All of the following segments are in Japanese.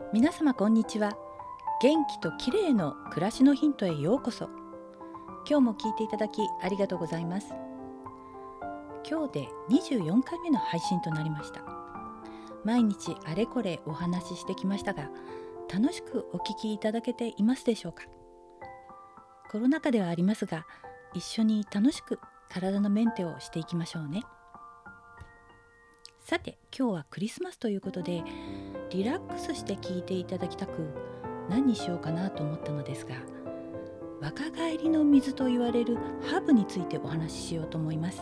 皆様こんにちは。元気と綺麗の暮らしのヒントへようこそ。今日も聞いていただきありがとうございます。今日で24回目の配信となりました。毎日あれこれお話ししてきましたが、楽しくお聞きいただけていますでしょうか。コロナ禍ではありますが、一緒に楽しく体のメンテをしていきましょうね。さて、今日はクリスマスということで、リラックスして聞いていただきたく、何にしようかなと思ったのですが、若返りの水と言われるハーブについてお話ししようと思います。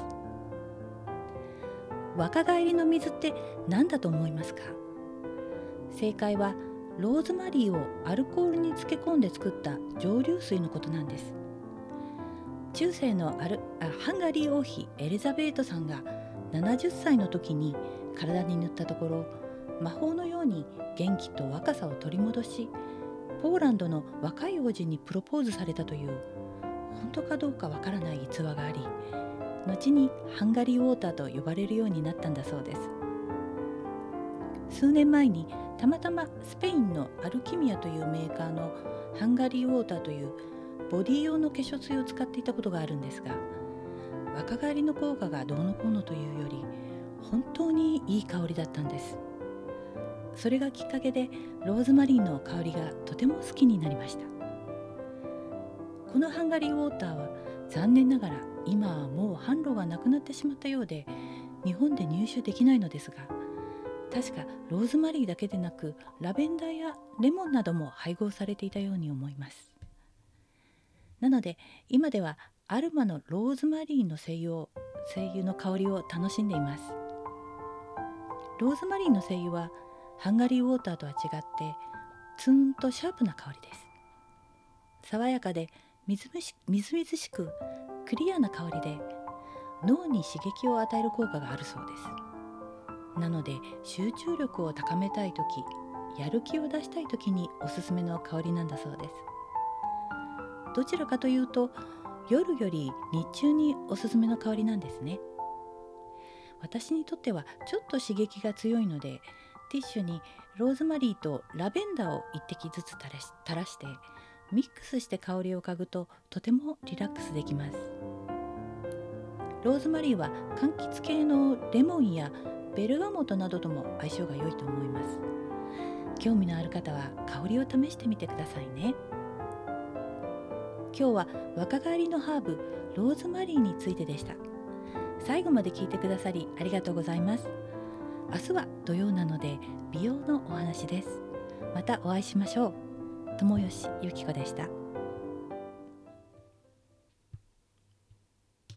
若返りの水って何だと思いますか？正解はローズマリーをアルコールに漬け込んで作った蒸留水のことなんです。中世のハンガリー王妃エリザベートさんが70歳の時に体に塗ったところ、魔法のように元気と若さを取り戻し、ポーランドの若い王子にプロポーズされたという、本当かどうかわからない逸話があり、後にハンガリーウォーターと呼ばれるようになったんだそうです。数年前にたまたまスペインのアルキミアというメーカーのハンガリーウォーターというボディ用の化粧水を使っていたことがあるんですが、若返りの効果がどうのこうのというより、本当にいい香りだったんです。それがきっかけでローズマリーの香りがとても好きになりました。このハンガリーウォーターは残念ながら今はもう販路がなくなってしまったようで、日本で入手できないのですが、確かローズマリーだけでなくラベンダーやレモンなども配合されていたように思います。なので今ではアルマのローズマリーの精油の香りを楽しんでいます。ローズマリーの精油はハンガリーウォーターとは違ってツーンとシャープな香りです。爽やかでみずみずしくクリアな香りで、脳に刺激を与える効果があるそうです。なので集中力を高めたいとき、やる気を出したいときにおすすめの香りなんだそうです。どちらかというと夜より日中におすすめの香りなんですね。私にとってはちょっと刺激が強いので、ティッシュにローズマリーとラベンダーを1滴ずつ垂らしてミックスして香りを嗅ぐと、とてもリラックスできます。ローズマリーは柑橘系のレモンやベルガモットなどとも相性が良いと思います。興味のある方は香りを試してみてくださいね。今日は若返りのハーブローズマリーについてでした。最後まで聞いてくださりありがとうございます。明日は土曜なので美容のお話です。またお会いしましょう。友吉ゆき子でした。